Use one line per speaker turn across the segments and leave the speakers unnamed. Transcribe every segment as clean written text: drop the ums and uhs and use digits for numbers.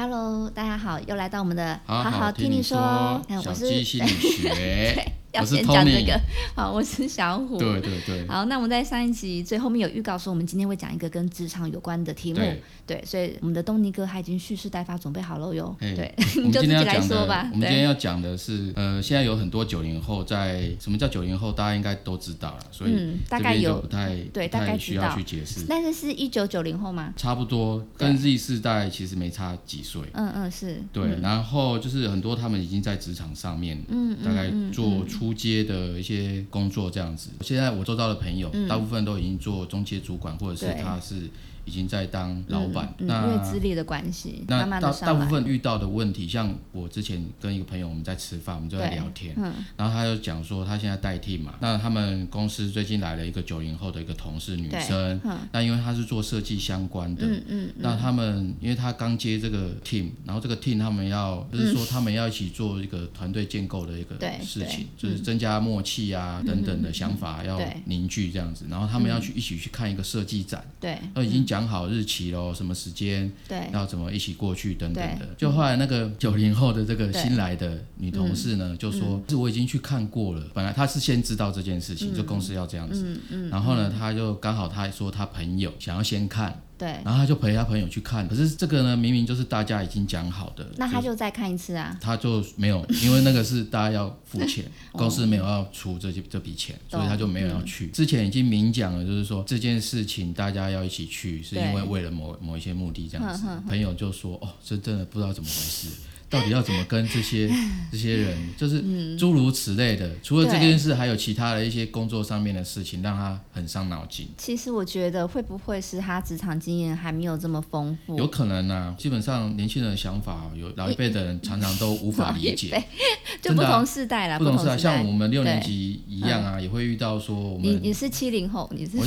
Hello， 大家好，又来到我们的
好
好听你说。
小鸡心理学
要
我是
先讲这
Tony
个。好，我是小虎。
对对对，
好，那我们在上一集最后面有预告说，我们今天会讲一个跟职场有关的题目。对，所以我们的东尼哥他已经蓄势待发，准备好了哟。对，你就自己来说吧。
我们今天要讲的是，现在有很多90后在，什么叫90后，大家应该都知道了，所以
大概有
不太需要去解释。
但是1990后吗？
差不多，跟 Z 世代其实没差几岁。
是。
对，然后就是很多他们已经在职场上面，大概做初阶的一些工作这样子。现在我周遭的朋友，大部分都已经做中阶主管，或者是他是已经在当老板。
因为资历的关系，慢慢的上来。
大部分遇到的问题，像我之前跟一个朋友我们在吃饭，我们就在聊天，然后他就讲说他现在带 team 嘛，那他们公司最近来了一个90后的一个同事女生，那因为她是做设计相关的，那他们因为他刚接这个 team， 然后这个 team 他们就是说他们要一起做一个团队建构的一个事情，就是增加默契啊等等的想法要凝聚这样子，然后他们要一起去看一个设计展，都已经讲好日期咯，什么时间要怎么一起过去等等的。就后来那个90后的这个新来的女同事呢，就说是我已经去看过了，本来她是先知道这件事情，就公司要这样子，然后呢她就刚好她说她朋友想要先看，然后他就陪他朋友去看，可是这个呢，明明就是大家已经讲好的，
那他就再看一次啊？
他就没有，因为那个是大家要付钱，公司没有要出这笔钱，所以他就没有要去。之前已经明讲了，就是说这件事情大家要一起去，是因为为了某一些目的这样子。朋友就说：“哦，这真的不知道怎么回事。”到底要怎么跟这些人，就是诸如此类的，除了这件事，还有其他的一些工作上面的事情，让他很伤脑筋。
其实我觉得会不会是他职场经验还没有这么丰富？
有可能啊，基本上年轻人的想法，有老一辈的人常常都无法理解，
就不同世代啦，
不同世代，像我们6年级一样啊，也会遇到说我们
你是70后，你是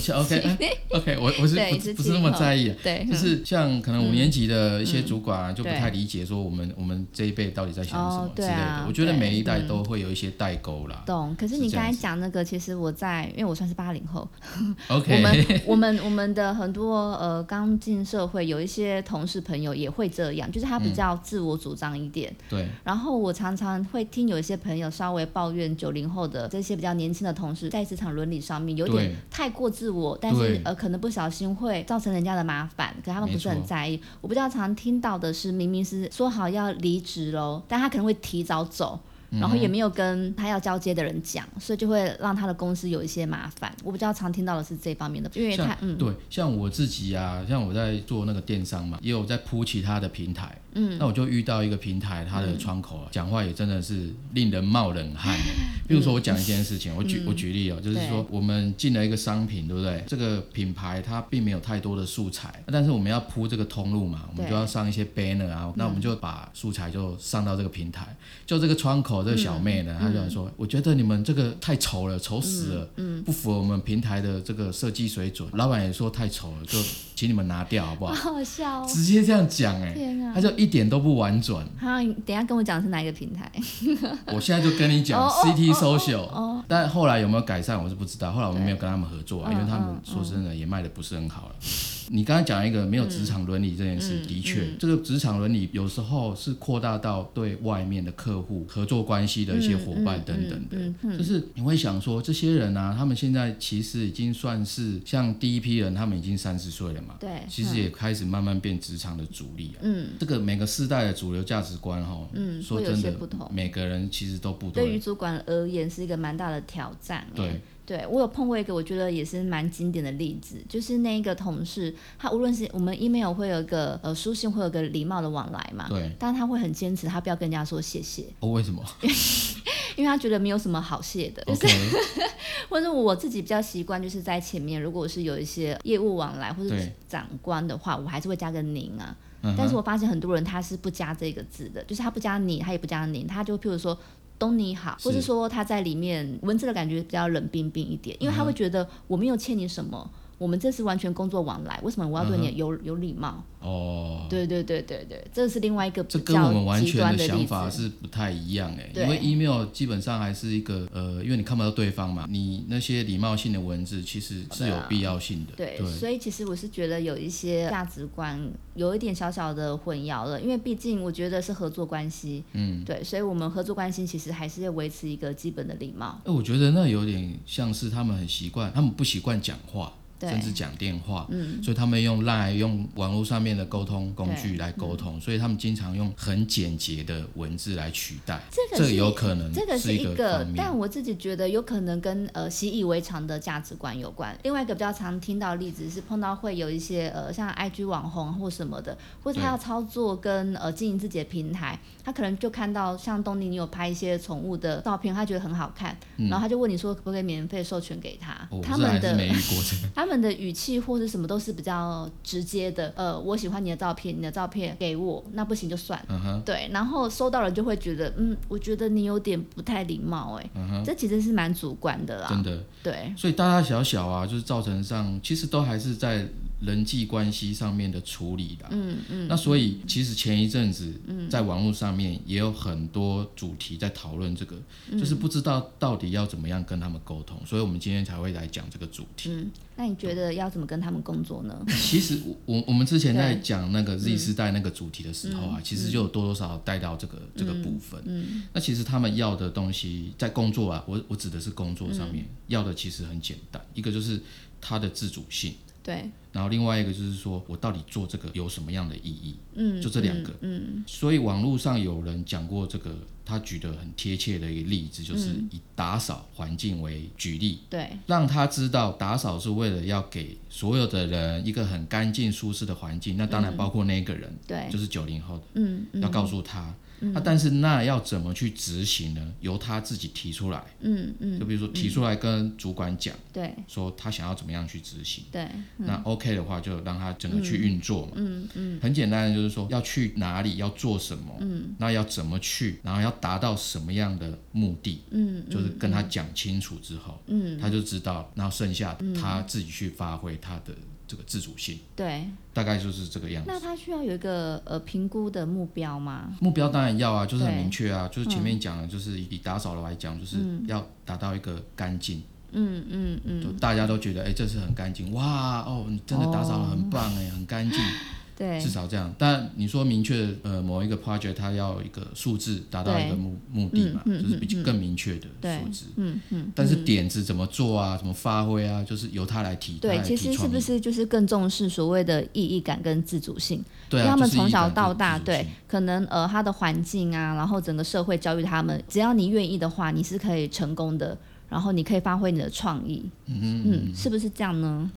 OK， 我是不是那么在意，
对，
就是像可能5年级的一些主管就不太理解说我们这一辈到底在想什么之类的，我觉得每一代都会有一些代沟啦。
懂。可是你刚才讲那个，其实因为我算是80后
，OK，
我们的很多刚进社会有一些同事朋友也会这样，就是他比较自我主张一点。
对。
然后我常常会听有一些朋友稍微抱怨90后的这些比较年轻的同事在职场伦理上面有点太过自我，但是可能不小心会造成人家的麻烦，可他们不是很在意。我比较常听到的是，明明是说好要离职咯，但他可能会提早走，然后也没有跟他要交接的人讲，所以就会让他的公司有一些麻烦。我比较常听到的是这方面的，因为
对，像我自己啊，像我在做那个电商嘛，也有在铺其他的平台，那我就遇到一个平台，它的窗口讲话也真的是令人冒冷汗。比如说我讲一件事情，我举例哦，就是说我们进了一个商品，对不对？这个品牌它并没有太多的素材，但是我们要铺这个通路嘛，我们就要上一些 banner 啊，那我们就把素材就上到这个平台。就这个窗口这个小妹呢，她就想说，我觉得你们这个太丑了，丑死了，不符合我们平台的这个设计水准。老板也说太丑了，就请你们拿掉好不好？
好好笑哦，
直接这样讲他就一点都不婉转。
好，等一下跟我讲是哪一个平台？
我现在就跟你讲 CT Social，但后来有没有改善我是不知道。后来我们没有跟他们合作因为他们说真的也卖的不是很好了。你刚才讲一个没有职场伦理这件事，的确，这个职场伦理有时候是扩大到对外面的客户、合作关系的一些伙伴等等的，就是你会想说，这些人啊，他们现在其实已经算是像第一批人，他们已经30岁了嘛，
对，
其实也开始慢慢变职场的主力啊。这个每个世代的主流价值观说真的，每个人其实都不同。
对于主管而言是一个蛮大的挑战。对，我有碰过一个我觉得也是蛮经典的例子，就是那一个同事，他无论是我们 email 会有一个书信会有个礼貌的往来嘛，
对，
但是他会很坚持他不要跟人家说谢谢。
为什么？
因为他觉得没有什么好谢的，就是或者我自己比较习惯就是在前面，如果是有一些业务往来或者长官的话，我还是会加个您啊。但是我发现很多人他是不加这个字的，就是他不加你，他也不加您，他就譬如说东你好，或是说他在里面文字的感觉比较冷冰冰一点，因为他会觉得我没有欠你什么， 我们这是完全工作往来，为什么我要对你有礼貌？对，这是另外一个比较极端的例子。这跟我们完全
的想法是不太一样因为 email 基本上还是一个因为你看不到对方嘛，你那些礼貌性的文字其实是有必要性的。
对，所以其实我是觉得有一些价值观有一点小小的混淆了，因为毕竟我觉得是合作关系，对，所以我们合作关系其实还是要维持一个基本的礼貌。
我觉得那有点像是他们不习惯讲话，甚至讲电话，所以他们用 LINE 用网络上面的沟通工具来沟通，所以他们经常用很简洁的文字来取代。这个有可能是一个，
但我自己觉得有可能跟习以为常的价值观有关。另外一个比较常听到的例子是碰到会有一些像 IG 网红或什么的，或者他要操作跟经营自己的平台，他可能就看到像东尼你有拍一些宠物的照片，他觉得很好看，然后他就问你说可不可以免费授权给他。
他们的没遇过
他们的语气或是什么都是比较直接的，我喜欢你的照片，你的照片给我，那不行就算，对，然后收到人就会觉得，我觉得你有点不太礼貌，这其实是蛮主观的啦，
真的，
对，
所以大大小小啊，就是造成上，其实都还是在人际关系上面的处理啦，那所以其实前一阵子，在网络上面也有很多主题在讨论这个，就是不知道到底要怎么样跟他们沟通，所以我们今天才会来讲这个主题。
那你觉得要怎么跟他们工作呢？
其实我们之前在讲那个 Z 世代那个主题的时候啊，其实就有多多少少带到这个部分。那其实他们要的东西在工作啊，我指的是工作上面要的其实很简单，一个就是他的自主性。
对，
然后另外一个就是说我到底做这个有什么样的意义，就这两个，所以网络上有人讲过这个，他举得很贴切的一个例子，就是以打扫环境为举例，
对，
让他知道打扫是为了要给所有的人一个很干净舒适的环境，那当然包括那个人，对，就是90后的，要告诉他。但是那要怎么去执行呢？由他自己提出来，就比如说提出来跟主管讲，对，说他想要怎么样去执行，对，那 OK 的话就让他整个去运作嘛，很简单的就是说要去哪里，要做什么，那要怎么去，然后要达到什么样的目的，就是跟他讲清楚之后，他就知道，然后剩下他自己去发挥他的这个自主性，对，大概就是这个样子。
那他需要有一个评估的目标吗？
目标当然要啊，就是很明确啊，就是前面讲的，就是以打扫来讲，就是要达到一个干净，就大家都觉得这是很干净，哇哦，你真的打扫得很棒很干净。对，至少这样。但你说明确某一个 project 它要一个数字达到一个目的嘛，就是比更明确的数字。但是点子怎么做啊，怎么发挥啊，就是由他来提。
对，其实是不是就是更重视所谓的意义感跟自主性？对啊，因为他们从小到大，对，可能他的环境啊，然后整个社会教育他们，只要你愿意的话，你是可以成功的，然后你可以发挥你的创意。是不是这样呢？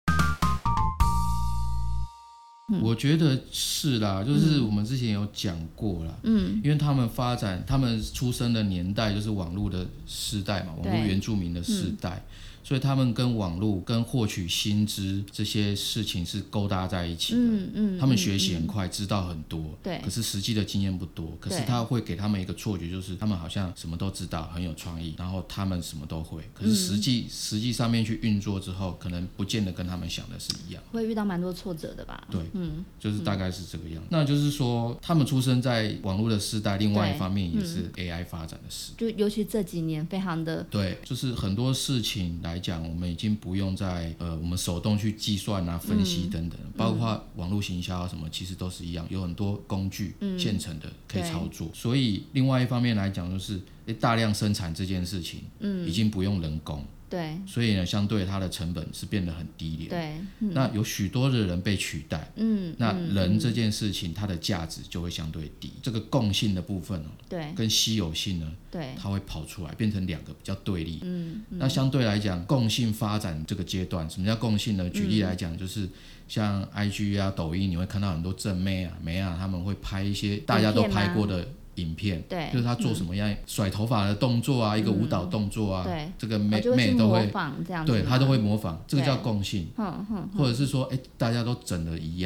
我觉得是啦，就是我们之前有讲过啦，因为他们出生的年代就是网络的世代嘛，网络原住民的世代，所以他们跟网络跟获取薪资这些事情是勾搭在一起的。他们学习很快，知道很多，可是实际的经验不多。可是他会给他们一个错觉，就是他们好像什么都知道，很有创意，然后他们什么都会。可是实际上面去运作之后，可能不见得跟他们想的是一样，
会遇到蛮多挫折的吧？
对，就是大概是这个样子。那就是说，他们出生在网络的时代，另外一方面也是 AI 发展的时代，
就尤其这几年非常的
对，就是很多事情来讲，我们已经不用再我们手动去计算啊、分析等等，包括网络行销啊什么，其实都是一样，有很多工具现成的可以操作。所以另外一方面来讲，就是大量生产这件事情，已经不用人工。对，所以呢，相对它的成本是变得很低廉。对，那有许多的人被取代，那人这件事情它的价值就会相对低。这个共性的部分对，跟稀有性呢，对，它会跑出来，变成两个比较对立。那相对来讲，共性发展这个阶段，什么叫共性呢？举例来讲，就是像 IG 啊、抖音，你会看到很多正妹啊、美啊，他们会拍一些大家都拍过的影片，对，就是他做什么样甩头发的动作啊，一个舞蹈动作啊，对，这个妹都会模仿这样子，对，他都会模仿，这个叫共性，或者是说大家都整的一样，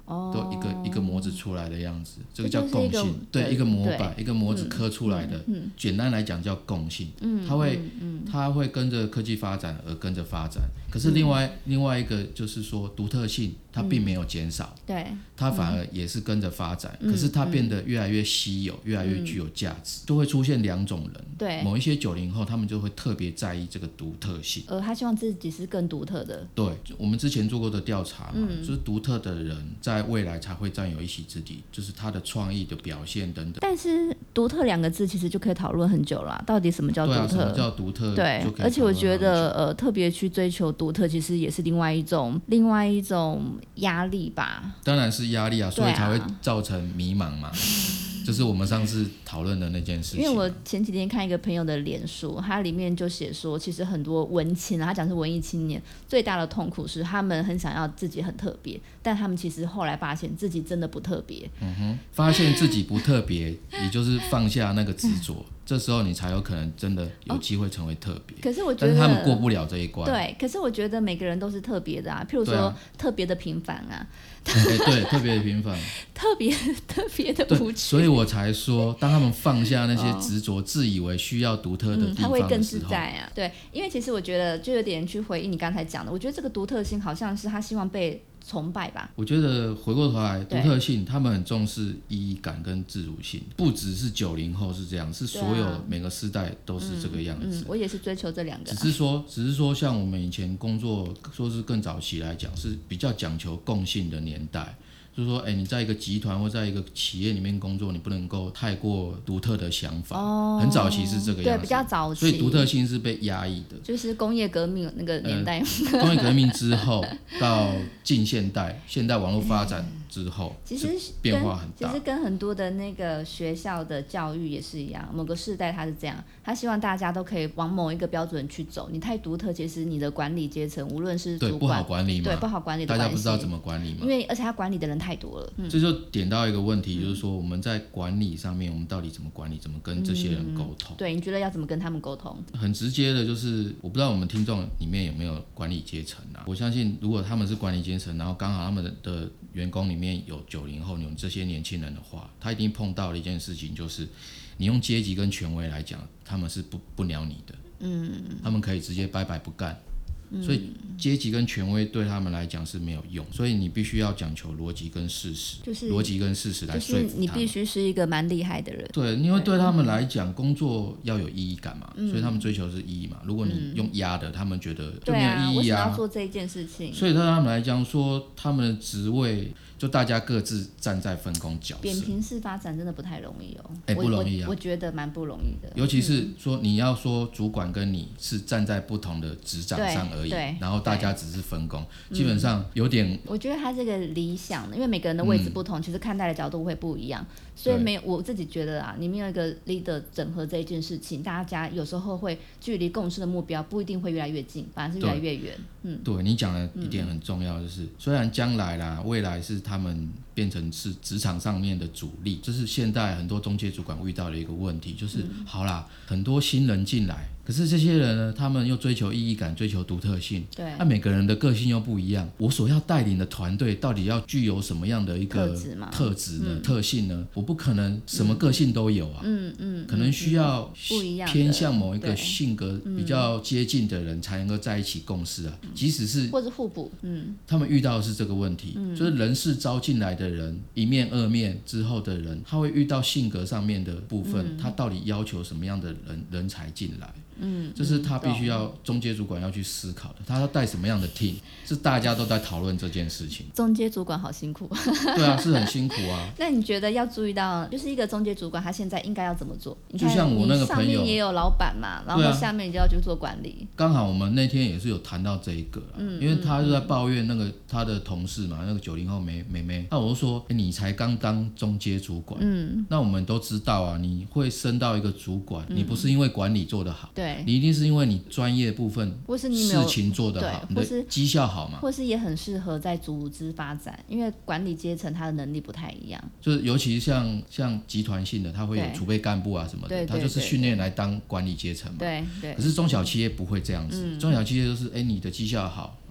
都一个模子出来的样子，这个叫共性。对，一个模板，一个模子刻出来的，简单来讲叫共性。它会跟着科技发展而跟着发展。可是另外一个就是说独特性，它并没有减少，对，它反而也是跟着发展。可是它变得越来越稀有，越来越具有价值，就会出现两种人。对，某一些90后，他们就会特别在意这个独特性，
他希望自己是更独特的。
对，我们之前做过的调查嘛，就是独特的人在未来才会占有一席之地，就是他的创意的表现等等。
但是独特2个字其实就可以讨论很久了，到底什么叫独特？
对啊，什么叫独特？
对，而且我觉得特别去追求独特，其实也是另外一种压力吧。
当然是压力啊，所以才会造成迷茫嘛。就是我们上次讨论的那件事情。
因为我前几天看一个朋友的脸书，他里面就写说，其实很多文青他讲是文艺青年，最大的痛苦是他们很想要自己很特别，但他们其实后来发现自己真的不特别。
发现自己不特别，也就是放下那个执着。这时候你才有可能真的有机会成为特别。
可是我觉得，
但是他们过不了这一关。
对，可是我觉得每个人都是特别的啊，譬如说特别的平凡啊。
对，特别的平凡，
特别的无趣。
所以我才说，当他们放下那些执着，自以为需要独特的地方的时候，他
会更自在啊。对，因为其实我觉得，就有点去回应你刚才讲的，我觉得这个独特性好像是他希望被崇拜吧。
我觉得回过头来，独特性他们很重视意义感跟自主性，不只是90后是这样，是所有每个世代都是这个样子。
我也是追求这2个。
只是说，像我们以前工作，说是更早期来讲，是比较讲求共性的年代。就是说，你在一个集团或在一个企业里面工作，你不能够太过独特的想法。很早期是这个样子，
对，比较早期，
所以独特性是被压抑的。
就是工业革命那个年代，
工业革命之后到近现代网络发展之后，其实变化很大。
其实跟很多的那个学校的教育也是一样，某个世代他是这样，他希望大家都可以往某一个标准去走。你太独特，其实你的管理阶层，无论是主管，
不好管理嘛，
对，不好管理的关系，
大家不知道怎么管理嘛。
因为而且他管理的人太多了。
这就点到一个问题，就是说我们在管理上面，我们到底怎么管理，怎么跟这些人沟通？
对，你觉得要怎么跟他们沟通？
很直接的，就是我不知道我们听众里面有没有管理阶层啊？我相信，如果他们是管理阶层，然后刚好他们的员工里面有90后，有这些年轻人的话，他一定碰到了一件事情，就是你用阶级跟权威来讲，他们是不鸟你的。他们可以直接拜拜不干。所以阶级跟权威对他们来讲是没有用，所以你必须要讲求逻辑跟事实，就是逻辑跟事实来说服他们。
就是你必须是一个蛮厉害的人。
对，因为对他们来讲，工作要有意义感嘛，所以他们追求是意义嘛。如果你用压的，他们觉得就没有意义啊。
为什么要做这一件事情？
所以对他们来讲说，他们的职位就大家各自站在分工角色。
扁平式发展真的不太容易哦。
不容易啊。
我觉得蛮不容易的。
尤其是说你要说主管跟你是站在不同的职掌上而已，然后大家只是分工，基本上有点。
我觉得他这个理想的，因为每个人的位置不同，其实看待的角度会不一样，所以我自己觉得啊，你们有一个 leader 整合这一件事情，大家有时候会距离共识的目标不一定会越来越近，反而是越来越远。
对，你讲的一点很重要，就是虽然将来啦，未来是他们变成是职场上面的主力，这是现在很多中介主管遇到的一个问题，就是好啦，很多新人进来，可是这些人呢，他们又追求意义感，追求独特性，对，每个人的个性又不一样，我所要带领的团队到底要具有什么样的一个特质呢？特性呢？我不可能什么个性都有啊，可能需要偏向某一个性格比较接近的人才能够在一起共事啊，即使是
或者互补，
他们遇到的是这个问题，就是人事招进来的人，一面二面之后的人，他会遇到性格上面的部分，他到底要求什么样的人才进来？这是他必须要中阶主管要去思考的，他要带什么样的 team， 是大家都在讨论这件事情。
中阶主管好辛苦。
对啊，是很辛苦啊。
那你觉得要注意到，就是一个中阶主管他现在应该要怎么做？
就像我那个朋友，
你上面也有老板嘛，然后下面你就要去做管理。
刚好我们那天也是有谈到这一个因为他就在抱怨那个他的同事嘛，那个90后妹妹，那我就说，你才刚当中阶主管，那我们都知道啊，你会升到一个主管，你不是因为管理做得好，对，你一定是因为你专业部分或是你事情做得好，你的绩效好嘛，
或是也很适合在组织发展，因为管理阶层他的能力不太一样，
就是尤其像集团性的，他会有储备干部啊什么的，他就是训练来当管理阶层嘛，对。可是中小企业不会这样子，中小企业就是你的绩效好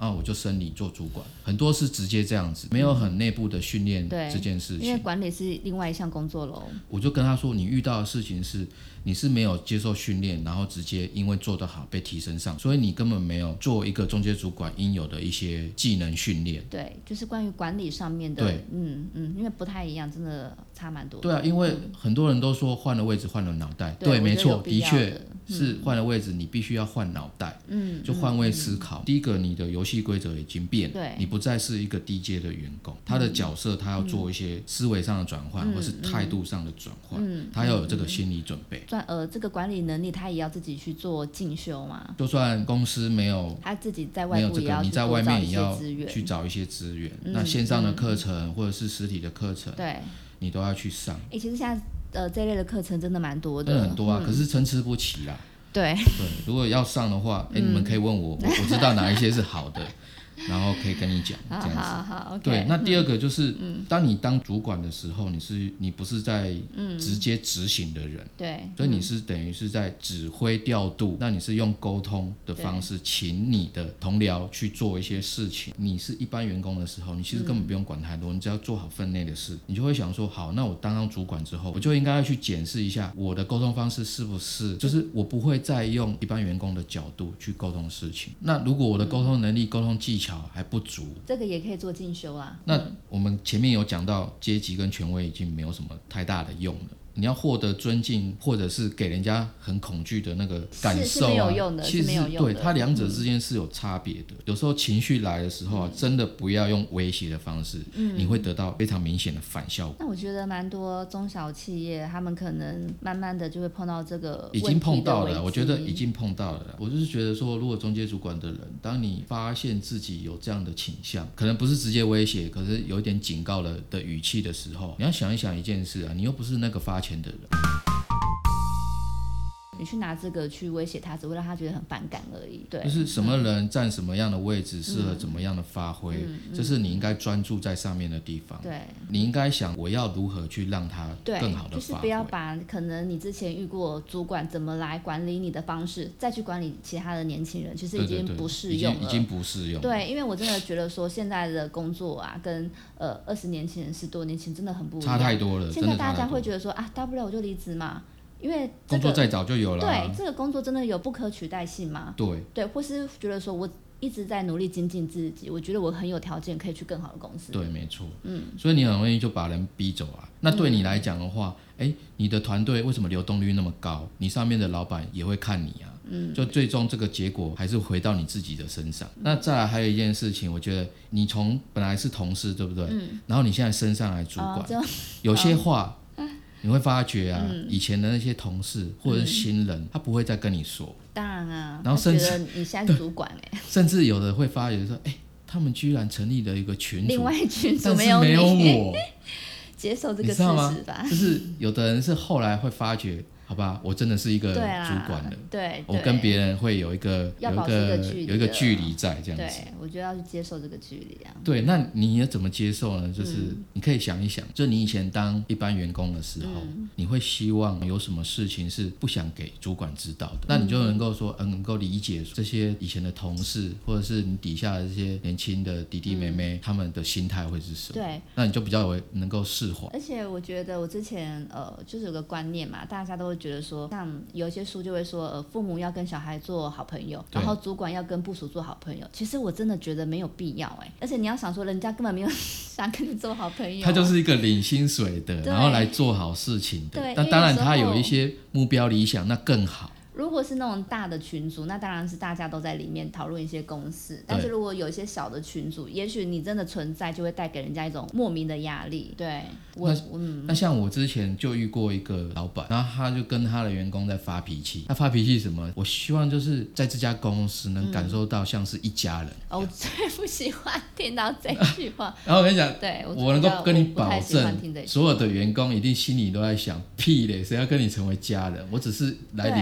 我就升你做主管，很多是直接这样子，没有很内部的训练这件事情。
因为管理是另外一项工作咯。
我就跟他说，你遇到的事情是你是没有接受训练，然后直接因为做得好被提升上，所以你根本没有做一个中阶主管应有的一些技能训练。
对，就是关于管理上面的。
对，
因为不太一样，真的差蛮多的。
对啊，因为很多人都说换了位置换了脑袋。对，没错，的确是换了位置，你必须要换脑袋。就换位思考。第一个，你的游戏规则已经变了，你不再是一个低阶的员工，他的角色他要做一些思维上的转换，或是态度上的转换，他要有这个心理准备。
这个管理能力他也要自己去做进修嘛。
就算公司没有，
他自己在外部也要
你在外面也要
去
找一些资源。那线上的课程或者是实体的课程，
对，
你都要去上。
其实现在这类的课程真的蛮多的，
真的很多啊，可是参差不齐啦。
对，
如果要上的话，你们可以问我，我知道哪一些是好的。然后可以跟你讲这样子。
好，
对，那第二个就是，当你当主管的时候，你不是在直接执行的人，
对，
所以你是等于是在指挥调度，那你是用沟通的方式，请你的同僚去做一些事情。你是一般员工的时候，你其实根本不用管太多，你只要做好分内的事，你就会想说，好，那我当上主管之后，我就应该要去检视一下我的沟通方式是不是，就是我不会再用一般员工的角度去沟通事情。那如果我的沟通能力、沟通技巧还不足，
这个也可以做进修啦。
那我们前面有讲到，阶级跟权威已经没有什么太大的用了。你要获得尊敬，或者是给人家很恐惧的那个感受啊，
是没有用的，
其实
是没有用的。
对，它两者之间是有差别的。有时候情绪来的时候啊，真的不要用威胁的方式，你会得到非常明显的反效果。
那我觉得蛮多中小企业，他们可能慢慢的就会碰到这个
已经碰到了，我觉得已经碰到了。我就是觉得说，如果中阶主管的人，当你发现自己有这样的倾向，可能不是直接威胁，可是有一点警告的语气的时候，你要想一想一件事啊，你又不是那个发钱的人。
你去拿这个去威胁他，只会让他觉得很反感而已。对，
就是什么人占什么样的位置，适合怎么样的发挥，这是你应该专注在上面的地方。
对，
你应该想我要如何去让他更好的发挥。
就是不要把可能你之前遇过主管怎么来管理你的方式，再去管理其他的年轻人，其实已经不适用了。
已经不适用。
对，因为我真的觉得说现在的工作啊，跟20年前、10多年前真的很不一样，
差太多了。
现在大家会觉得说啊，大不了我就离职嘛。因为
工作再早就有了。
对，这个工作真的有不可取代性吗？对，或是觉得说我一直在努力精进自己，我觉得我很有条件可以去更好的公司。
对，没错。所以你很容易就把人逼走啊。那对你来讲的话，你的团队为什么流动率那么高？你上面的老板也会看你啊。就最终这个结果还是回到你自己的身上。那再来还有一件事情，我觉得你从本来是同事，对不对？然后你现在升上来主管，有些话。你会发觉啊，以前的那些同事或者是新人，他不会再跟你说。
当然啊，
然后甚至
觉得你现在是主管
甚至有的会发觉说，他们居然成立了一个群组，
另外群组
没有我，
接受这个事实吧。
就是有的人是后来会发觉。好吧，我真的是一个主管了。
对，
我跟别人会有一个距离在这样子。
对，我觉得要去接受这个距离啊。
对，那你要怎么接受呢？就是你可以想一想，就你以前当一般员工的时候，你会希望有什么事情是不想给主管知道的？那你就能够说，能够理解这些以前的同事，或者是你底下的这些年轻的弟弟妹妹，他们的心态会是什么？
对，
那你就比较能够释怀。
而且我觉得我之前就是有个观念嘛，大家都会觉得说，像有一些书就会说，父母要跟小孩做好朋友，然后主管要跟部属做好朋友。其实我真的觉得没有必要而且你要想说，人家根本没有想跟你做好朋友，
他就是一个领薪水的，然后来做好事情的。那当然他有一些目标理想，那更好。
如果是那种大的群组，那当然是大家都在里面讨论一些公事。但是如果有一些小的群组，也许你真的存在，就会带给人家一种莫名的压力。对，
那像我之前就遇过一个老板，然后他就跟他的员工在发脾气。他发脾气什么？我希望就是在这家公司能感受到像是一家人。
我最不喜欢听到这句话。
然后我跟你讲，
对，
我能够跟你保证，所有的员工一定心里都在想，屁嘞，谁要跟你成为家人？我只是来领薪水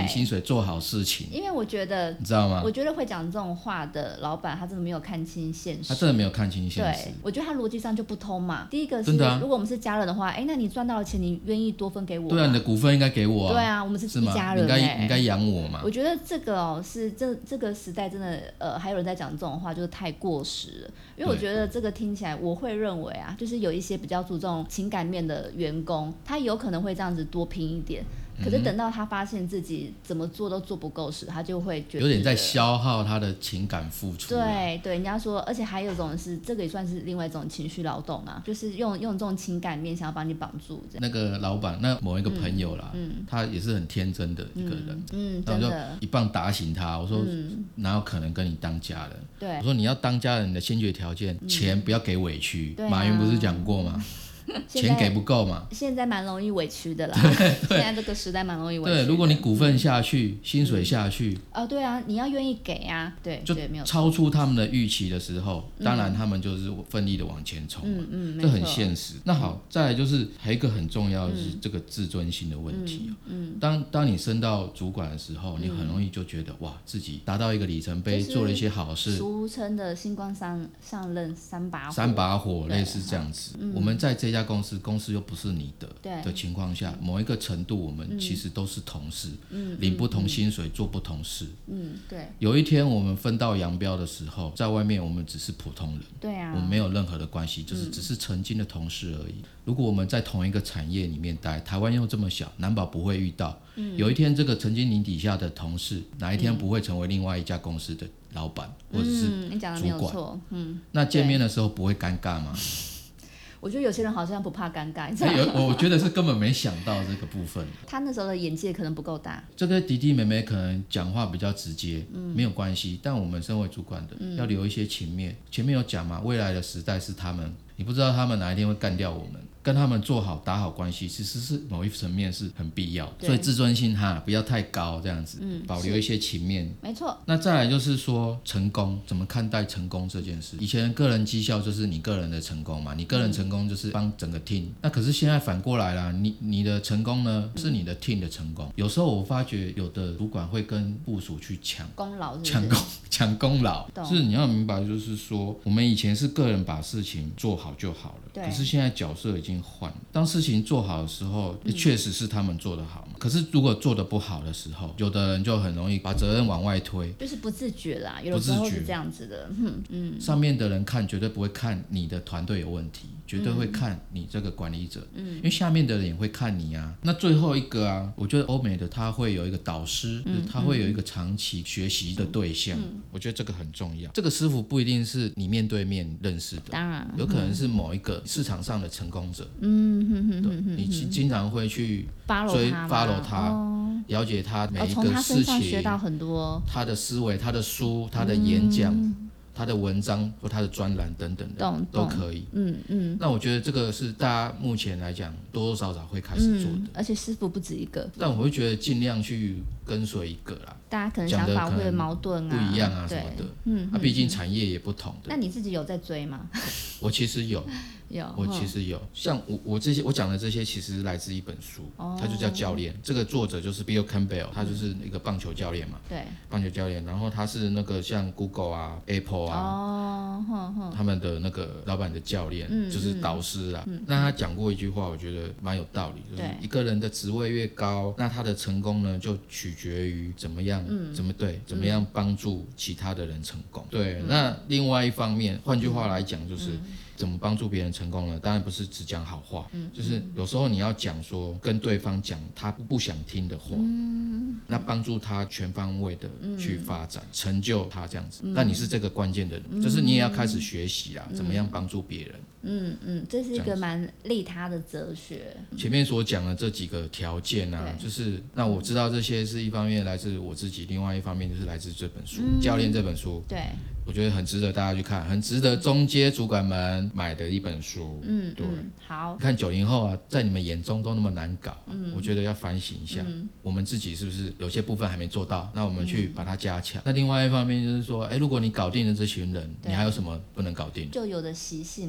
做好事情。
因为我觉得，
你知道吗？
我觉得会讲这种话的老板，他真的没有看清现实。
他真的没有看清现实。
对，我觉得他逻辑上就不通嘛。第一个是，如果我们是家人的话，那你赚到的钱，你愿意多分给我吗？
对啊，你的股份应该给我啊。
对啊，我们是一家人，
你应该养我嘛。
我觉得这个是这个时代真的还有人在讲这种话，就是太过时了。因为我觉得这个听起来，我会认为啊，就是有一些比较注重情感面的员工，他有可能会这样子多拼一点。可是等到他发现自己怎么做都做不够时，他就会觉得
有点在消耗他的情感付出。
对，人家说，而且还有一种是，这个也算是另外一种情绪劳动啊，就是用这种情感面想要把你绑住。
那个老板，那某一个朋友啦，他也是很天真的一个人，然后就一棒打醒他。我说，哪有可能跟你当家人？
对，
我说你要当家人的先决条件，钱不要给委屈。马云不是讲过吗？钱给不够嘛？
现在蛮容易委屈的啦。现在这个时代蛮容易委屈的。
对，如果你股份下去，薪水下去，
对啊，你要愿意给啊，对，
就超出他们的预期的时候，当然他们就是奋力的往前冲，这很现实。那好，再来就是还有一个很重要的是这个自尊心的问题。当你升到主管的时候，你很容易就觉得哇，自己达到一个里程碑，做了一些好事，
俗称的星光上任三
把火，类似这样子。我们在这家公司又不是你的情况下，某一个程度我们其实都是同事，领不同薪水，做不同事。
对。
有一天我们分道扬镳的时候，在外面我们只是普通人，
对啊，
我们没有任何的关系，就是只是曾经的同事而已。如果我们在同一个产业里面待，台湾又这么小，难保不会遇到。有一天这个曾经你底下的同事，哪一天不会成为另外一家公司的老板或者是主管？
你讲的没有错。
那见面的时候不会尴尬吗？
我觉得有些人好像不怕尴尬，
我觉得是根本没想到这个部分。
他那时候的眼界可能不够大。
这个弟弟妹妹可能讲话比较直接，没有关系。但我们身为主管的，要留一些情面。前面有讲嘛，未来的时代是他们，你不知道他们哪一天会干掉我们。跟他们做好打好关系，其实是某一层面是很必要的。所以自尊心不要太高，这样子，保留一些情面。
没错。
那再来就是说成功，怎么看待成功这件事？以前个人绩效就是你个人的成功嘛，你个人成功就是帮整个 team。那可是现在反过来啦，你的成功呢是你的 team 的成功。有时候我发觉有的主管会跟部属去抢
功劳，
抢功劳。是你要明白，就是说我们以前是个人把事情做好就好了，可是现在角色已经换了。当事情做好的时候，确实是他们做得好嘛。可是如果做得不好的时候，有的人就很容易把责任往外推，
就是不自觉啦。有的时候是这样子的。
上面的人看绝对不会看你的团队有问题，绝对会看你这个管理者。因为下面的人也会看你啊。那最后一个啊，我觉得欧美的他会有一个导师，就是他会有一个长期学习的对象。我觉得这个很重要。这个师傅不一定是你面对面认识的，
当然
有可能是某一个市场上的成功者。你经常会去追 follow 他，了解他每一个事情，从他身上
学到很多，
他的思维、他的书、他的演讲、他的文章或他的专栏等等的都可以。那我觉得这个是大家目前来讲多多少少会开始做的，
而且师傅不止一个。
但我会觉得尽量去跟随一个啦。
大家可能想法会矛盾
不一样啊什么的。毕竟产业也不同的。
那你自己有在追吗？
我其实有。我其实有，像我这些我讲的这些，其实来自一本书，它就叫教练。这个作者就是 Bill Campbell， 他就是一个棒球教练嘛。
对。
棒球教练，然后他是那个像 Google 啊、Apple 啊，他们的那个老板的教练，就是导师啊。那他讲过一句话，我觉得蛮有道理，就是一个人的职位越高，那他的成功呢，就取决于怎么样帮助其他的人成功。对。那另外一方面，换句话来讲，就是怎么帮助别人成功呢？当然不是只讲好话，就是有时候你要讲说跟对方讲他不想听的话，那帮助他全方位的去发展，成就他这样子。那你是这个关键的人，就是你也要开始学习啦，怎么样帮助别人。
这是一个蛮利他的哲学。
前面所讲的这几个条件啊，就是那我知道这些是一方面来自我自己，另外一方面就是来自这本书《教练》这本书。
对。
我觉得很值得大家去看，很值得中阶主管们买的一本书。对。
好。
看90后啊，在你们眼中都那么难搞，我觉得要反省一下，我们自己是不是有些部分还没做到？那我们去把它加强。那另外一方面就是说，如果你搞定了这群人，你还有什么不能搞定？
就有的习性嘛，就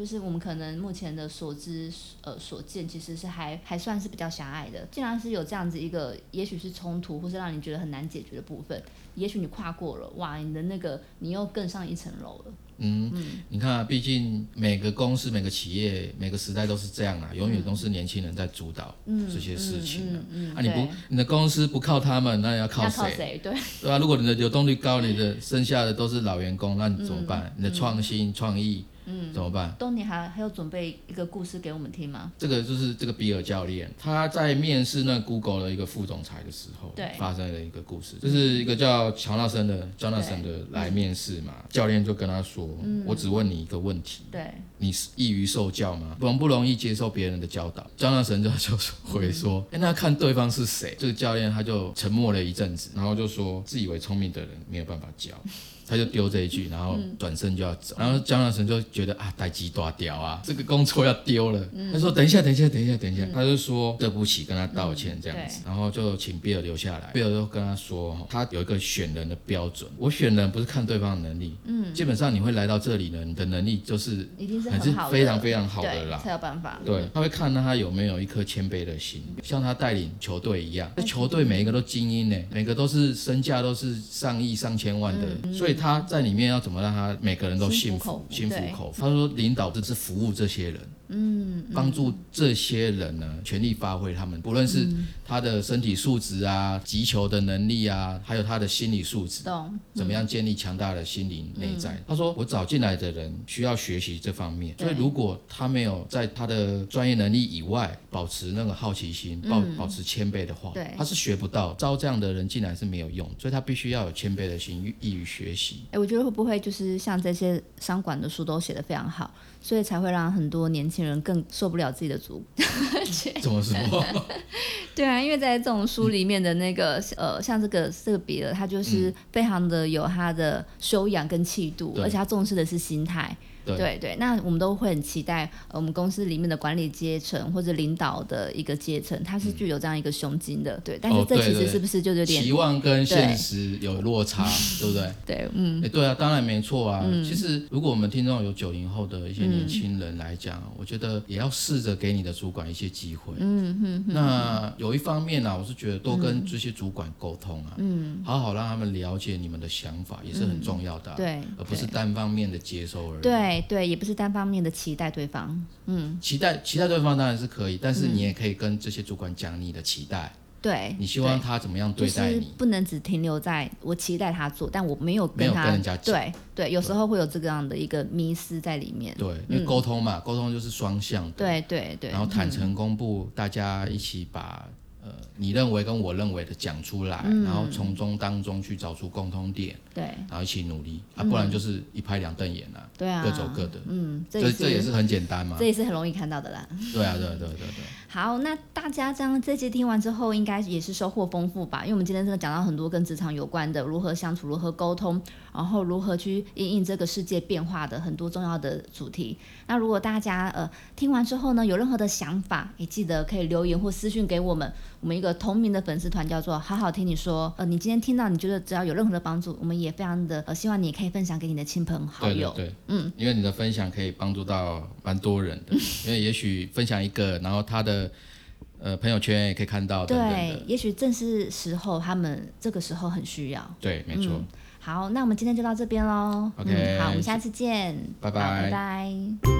就是我们可能目前的所知所见，其实是还算是比较狭隘的。既然是有这样子一个，也许是冲突，或是让你觉得很难解决的部分，也许你跨过了，哇，你的那个你又更上一层楼了。
你看啊，毕竟每个公司、每个企业、每个时代都是这样啊，永远都是年轻人在主导这些事情啊。你的公司不靠他们，那你要靠谁？对啊，如果你的流动率高，你的剩下的都是老员工，那你怎么办？你的创新、创意。怎么办？
东尼还有准备一个故事给我们听吗？
这个就是这个比尔教练，他在面试那 Google 的一个副总裁的时候，发生了一个故事。就是一个叫乔纳森的来面试嘛，教练就跟他说：“我只问你一个问题，你易于受教吗？不容易接受别人的教导？”乔纳森就回说：“那看对方是谁。”这个教练他就沉默了一阵子，然后就说：“自以为聪明的人没有办法教。”他就丢这一句，然后转身就要走，然后江纳神就觉得代志大条啊，这个工作要丢了。他说等一下，他就说对不起，跟他道歉这样子，然后就请比尔留下来。比尔就跟他说，他有一个选人的标准，我选人不是看对方的能力，基本上你会来到这里呢，你的能力就是
一定是很好的，
非常非常好的啦，
才有办法。
对，他会看他有没有一颗谦卑的心，像他带领球队一样，球队每一个都精英呢，每个都是身价都是上亿上千万的，所以他在里面要怎么让他每个人都心服口服。他说领导就是服务这些人，帮助这些人呢全力发挥他们，不论是他的身体素质啊、击球的能力啊，还有他的心理素质，怎么样建立强大的心灵内在。他说我找进来的人需要学习这方面，所以如果他没有在他的专业能力以外保持那个好奇心，保持谦卑的话，他是学不到，招这样的人进来是没有用，所以他必须要有谦卑的心，易于学习。
我觉得会不会就是像这些商管的书都写得非常好，所以才会让很多年轻人更受不了自己的主
怎么说？
对啊，因为在这种书里面的那个像这个比尔，他就是非常的有他的修养跟气度，而且他重视的是心态。对，那我们都会很期待我们公司里面的管理阶层或者领导的一个阶层，他是具有这样一个胸襟的，对。但是这其实是不是就有点
期望跟现实有落差，对不对？
对，
对啊，当然没错啊。其实如果我们听众有90后的一些年轻人来讲，我觉得也要试着给你的主管一些机会。那有一方面啊，我是觉得多跟这些主管沟通啊，好好让他们了解你们的想法，也是很重要的，对，而不是单方面的接收而已。
对，也不是单方面的期待对方，
期待对方当然是可以，但是你也可以跟这些主管讲你的期待，
对，
你希望他怎么样对待你，
就是不能只停留在我期待他做，但我没有跟
人家讲，
对，有时候会有这样的一个迷思在里面，
对，因为沟通嘛，沟通就是双向的，
对，
然后坦诚公布，大家一起把你认为跟我认为的讲出来，然后从中当中去找出共通点，对，然后一起努力不然就是一拍两瞪眼啊，对啊，各走各的，这也是很简单嘛，
这也是很容易看到的啦。
对啊。
好，那大家这集听完之后，应该也是收获丰富吧？因为我们今天真的讲到很多跟职场有关的，如何相处，如何沟通，然后如何去因应这个世界变化的很多重要的主题。那如果大家听完之后呢，有任何的想法，也记得可以留言或私讯给我们。我们一个同名的粉丝团叫做好好听你说，你今天听到你觉得只要有任何的帮助，我们也非常的希望你可以分享给你的亲朋好友。
对，因为你的分享可以帮助到蛮多人的，因为也许分享一个，然后他的朋友圈也可以看到等等的，
对，也许正是时候，他们这个时候很需要。
对，没错。
好，那我们今天就到这边咯。
OK，
好，我们下次见，
拜拜。
拜拜。